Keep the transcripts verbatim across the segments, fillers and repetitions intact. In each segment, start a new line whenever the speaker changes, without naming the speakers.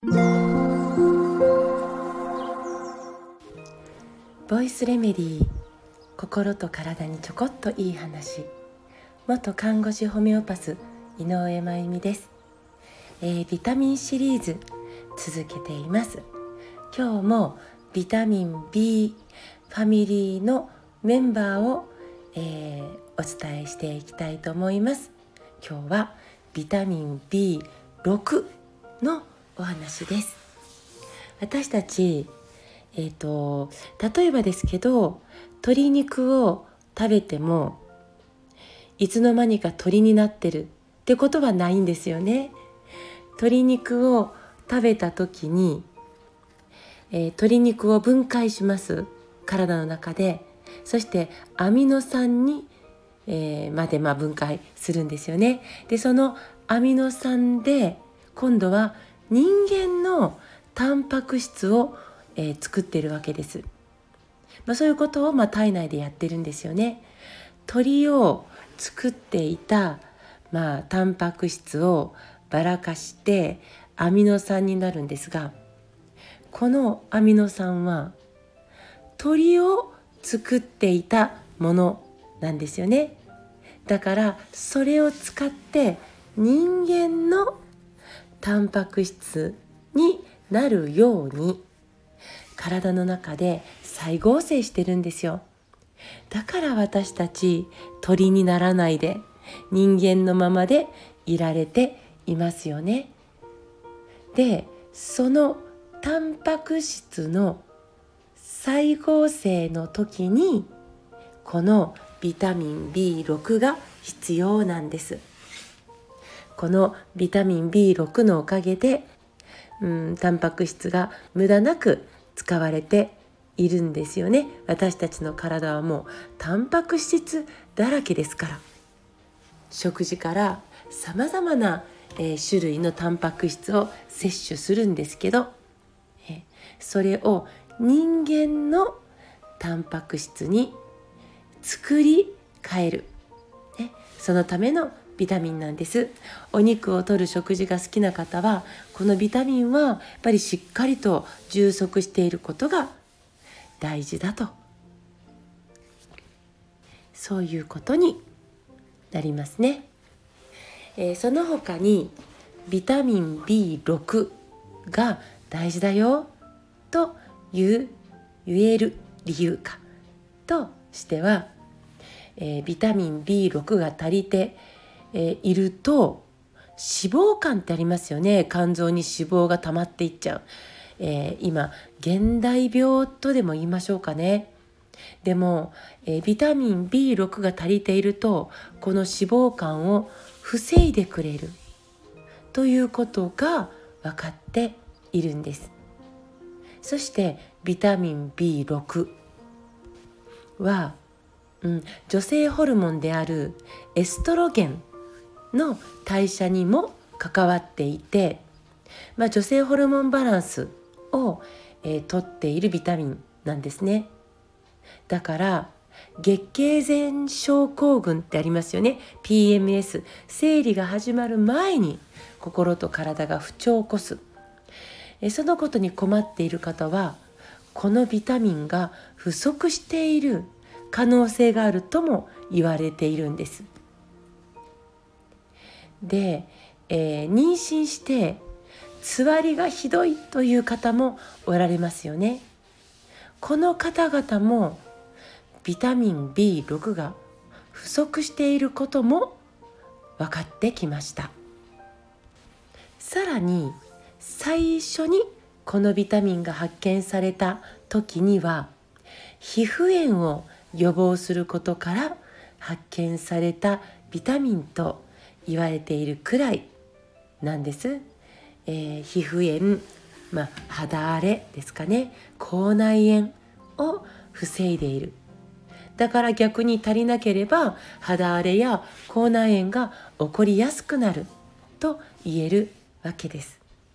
ボイスレメディー、心と体にちょこっといい話。元看護師ホメオパス井上真由美です。えー、ビタミンシリーズ続けています。今日もビタミン B ファミリーのメンバーを、えー、お伝えしていきたいと思います。今日はビタミン ビーろく のお話です。私たちえーと、例えばですけど、鶏肉を食べてもいつの間にか鳥になってるってことはないんですよね。鶏肉を食べた時に、えー、鶏肉を分解します、体の中で。そしてアミノ酸に、えー、までまあ分解するんですよね。でそのアミノ酸で今度は人間のタンパク質をえー、作っているわけです。まあ、そういうことを、まあ、体内でやってるんですよね。鳥を作っていた、まあ、タンパク質をばらかしてアミノ酸になるんですが、このアミノ酸は鳥を作っていたものなんですよね。だからそれを使って人間のタンパク質になるように体の中で再合成してるんですよ。だから私たち鳥にならないで人間のままでいられていますよね。で、そのタンパク質の再合成の時にこのビタミン ビーろく が必要なんです。このビタミン ビーろく のおかげで、うん、タンパク質が無駄なく使われているんですよね。私たちの体はもうタンパク質だらけですから。食事からさまざまな、えー、種類のタンパク質を摂取するんですけど、えー、それを人間のタンパク質に作り変える、ね、そのためのビタミンなんです。お肉を摂る食事が好きな方はこのビタミンはやっぱりしっかりと充足していることが大事だと、そういうことになりますね。えー、その他にビタミン ビーろく が大事だよという言える理由かとしては、えー、ビタミン ビーろく が足りてえー、いると脂肪肝ってありますよね。肝臓に脂肪が溜まっていっちゃう、えー、今現代病とでも言いましょうかね。でも、えー、ビタミン ビーろく が足りているとこの脂肪肝を防いでくれるということが分かっているんです。そしてビタミン ビーろく は、うん、女性ホルモンであるエストロゲンの代謝にも関わっていて、まあ、女性ホルモンバランスを、えー、とっているビタミンなんですね。だから月経前症候群ってありますよね。 ピーエムエス、 生理が始まる前に心と体が不調を起こす、えー、そのことに困っている方はこのビタミンが不足している可能性があるとも言われているんです。で、えー、妊娠してつわりがひどいという方もおられますよね。この方々もビタミン ビーろく が不足していることも分かってきました。さらに最初にこのビタミンが発見された時には皮膚炎を予防することから発見されたビタミンと言われているくらいなんです。えー、皮膚炎、まあ、肌荒れですかね、口内炎を防いでいる。だから逆に足りなければ肌荒れや口内炎が起こりやすくなると言えるわけです。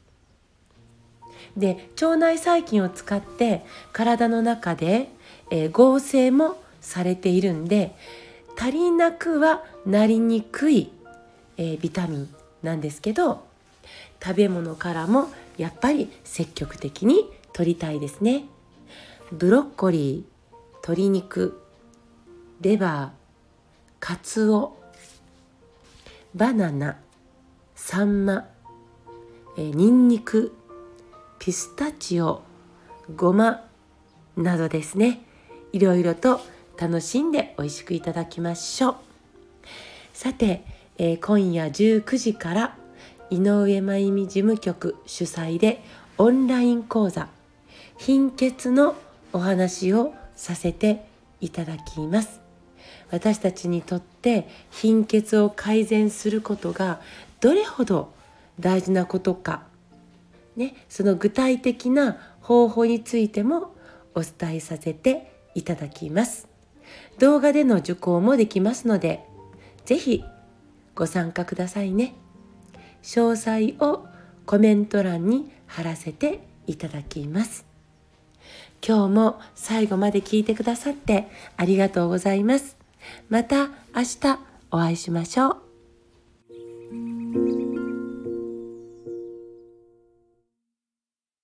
で、腸内細菌を使って体の中で、えー、合成もされているんで、足りなくはなりにくい、えー、ビタミンなんですけど、食べ物からもやっぱり積極的に摂りたいですね。ブロッコリー、鶏肉、レバー、カツオ、バナナ、サンマ、えー、ニンニク、ピスタチオ、ごまなどですね、いろいろと楽しんで美味しくいただきましょう。さて、えー、今夜じゅうくじから井上真由美事務局主催でオンライン講座貧血のお話をさせていただきます。私たちにとって貧血を改善することがどれほど大事なことか、ね、その具体的な方法についてもお伝えさせていただきます。動画での受講もできますので、ぜひご参加くださいね。詳細をコメント欄に貼らせていただきます。今日も最後まで聞いてくださってありがとうございます。また明日お会いしましょう。